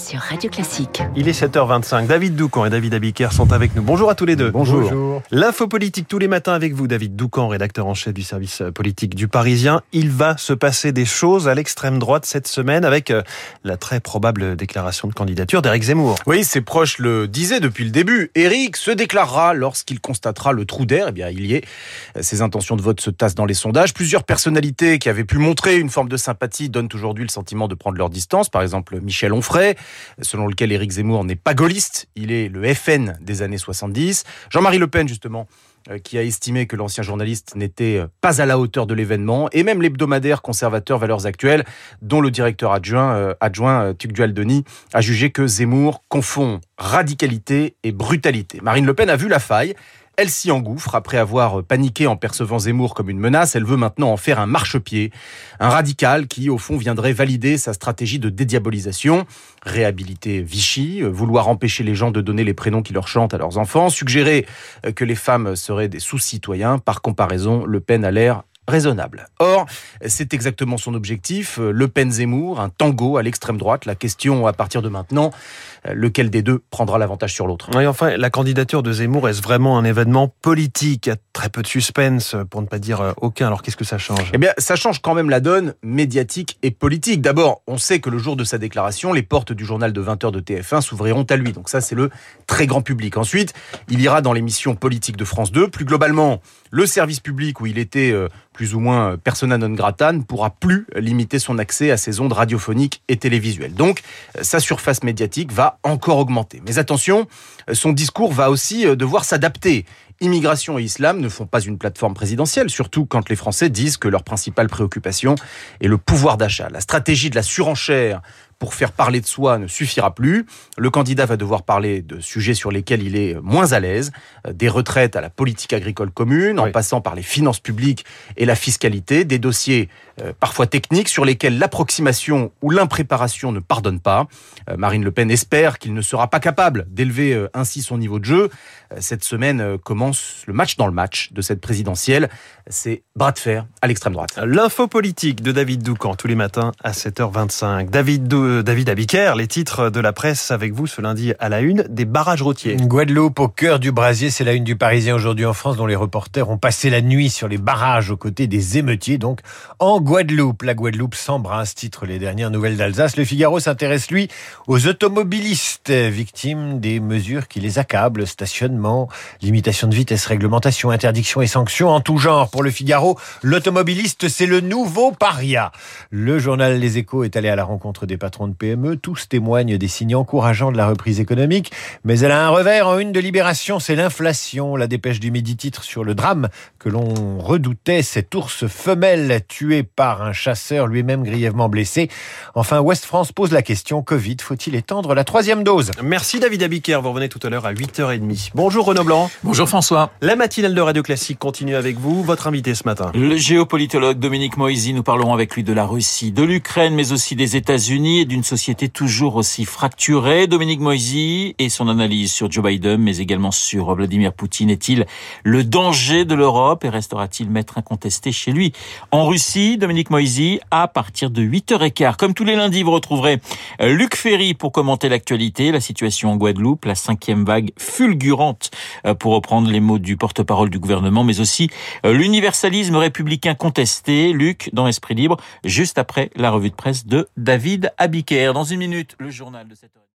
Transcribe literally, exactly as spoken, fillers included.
sur Radio Classique. Il est sept heures vingt-cinq. David Doucan et David Abiker sont avec nous. Bonjour à tous les deux. Bonjour. Bonjour. L'info politique tous les matins avec vous, David Doucan, rédacteur en chef du service politique du Parisien. Il va se passer des choses à l'extrême droite cette semaine avec la très probable déclaration de candidature d'Éric Zemmour. Oui, ses proches le disaient depuis le début. Éric se déclarera lorsqu'il constatera le trou d'air. Eh bien, il y est. Ses intentions de vote se tassent dans les sondages. Plusieurs personnalités qui avaient pu montrer une forme de sympathie donnent aujourd'hui le sentiment de prendre leur distance. Par exemple, Michel Onfray, selon lequel Éric Zemmour n'est pas gaulliste. Il est le F N des années soixante-dix. Jean-Marie Le Pen, justement, qui a estimé que l'ancien journaliste n'était pas à la hauteur de l'événement, et même l'hebdomadaire conservateur Valeurs Actuelles, dont le directeur adjoint, euh, adjoint Tugdual Denis, a jugé que Zemmour confond radicalité et brutalité. Marine Le Pen a vu la faille. Elle s'y engouffre après avoir paniqué en percevant Zemmour comme une menace. Elle veut maintenant en faire un marchepied, un radical qui, au fond, viendrait valider sa stratégie de dédiabolisation, réhabiliter Vichy, vouloir empêcher les gens de donner les prénoms qui leur chantent à leurs enfants, suggérer que les femmes seraient des sous-citoyens. Par comparaison, Le Pen a l'air raisonnable. Or, c'est exactement son objectif. Le Pen-Zemmour, un tango à l'extrême droite. La question, à partir de maintenant, lequel des deux prendra l'avantage sur l'autre. Oui, enfin, la candidature de Zemmour, est-ce vraiment un événement politique? Il y a très peu de suspense, pour ne pas dire aucun. Alors, qu'est-ce que ça change? Eh bien, ça change quand même la donne médiatique et politique. D'abord, on sait que le jour de sa déclaration, les portes du journal de vingt heures de T F un s'ouvriront à lui. Donc ça, c'est le très grand public. Ensuite, il ira dans l'émission politique de France deux. Plus globalement, le service public où il était euh, plus ou moins persona non grata ne pourra plus limiter son accès à ses ondes radiophoniques et télévisuelles. Donc, sa surface médiatique va encore augmenter. Mais attention, son discours va aussi devoir s'adapter. Immigration et islam ne font pas une plateforme présidentielle, surtout quand les Français disent que leur principale préoccupation est le pouvoir d'achat. La stratégie de la surenchère pour faire parler de soi ne suffira plus. Le candidat va devoir parler de sujets sur lesquels il est moins à l'aise, des retraites à la politique agricole commune, en oui. passant par les finances publiques et la fiscalité, des dossiers euh, parfois techniques sur lesquels l'approximation ou l'impréparation ne pardonne pas. Euh, Marine Le Pen espère qu'il ne sera pas capable d'élever euh, ainsi son niveau de jeu. Euh, cette semaine euh, commence le match dans le match de cette présidentielle. C'est bras de fer à l'extrême droite. L'info politique de David Doucan tous les matins à sept heures vingt-cinq. David Dou- David Abiker, les titres de la presse avec vous ce lundi à la une, des barrages routiers. Guadeloupe au cœur du brasier, c'est la une du Parisien aujourd'hui en France, dont les reporters ont passé la nuit sur les barrages aux côtés des émeutiers, donc en Guadeloupe. La Guadeloupe s'embrasse, titre les dernières nouvelles d'Alsace. Le Figaro s'intéresse, lui, aux automobilistes victimes des mesures qui les accablent, stationnement, limitation de vitesse, réglementation, interdiction et sanctions en tout genre. Pour le Figaro, l'automobiliste, c'est le nouveau paria. Le journal Les Échos est allé à la rencontre des patrons de P M E. Tous témoignent des signes encourageants de la reprise économique. Mais elle a un revers en une de Libération, c'est l'inflation. La dépêche du Midi titre sur le drame que l'on redoutait, cet ours femelle tué par un chasseur lui-même grièvement blessé. Enfin, Ouest France pose la question, Covid, faut-il étendre la troisième dose? Merci David Abiker, vous revenez tout à l'heure à huit heures trente. Bonjour Renaud Blanc. Bonjour François. La matinale de Radio Classique continue avec vous. Votre invité ce matin, le géopolitologue Dominique Moïsi. Nous parlerons avec lui de la Russie, de l'Ukraine, mais aussi des États-Unis et d'une société toujours aussi fracturée. Dominique Moïsi et son analyse sur Joe Biden, mais également sur Vladimir Poutine. Est-il le danger de l'Europe et restera-t-il maître incontesté chez lui en Russie? Dominique Moïsi à partir de huit heures quinze. Comme tous les lundis, vous retrouverez Luc Ferry pour commenter l'actualité, la situation en Guadeloupe, la cinquième vague fulgurante, pour reprendre les mots du porte-parole du gouvernement, mais aussi l'universalisme républicain contesté. Luc, dans Esprit Libre, juste après la revue de presse de David Abiker. Dans une minute, le journal de cette heure.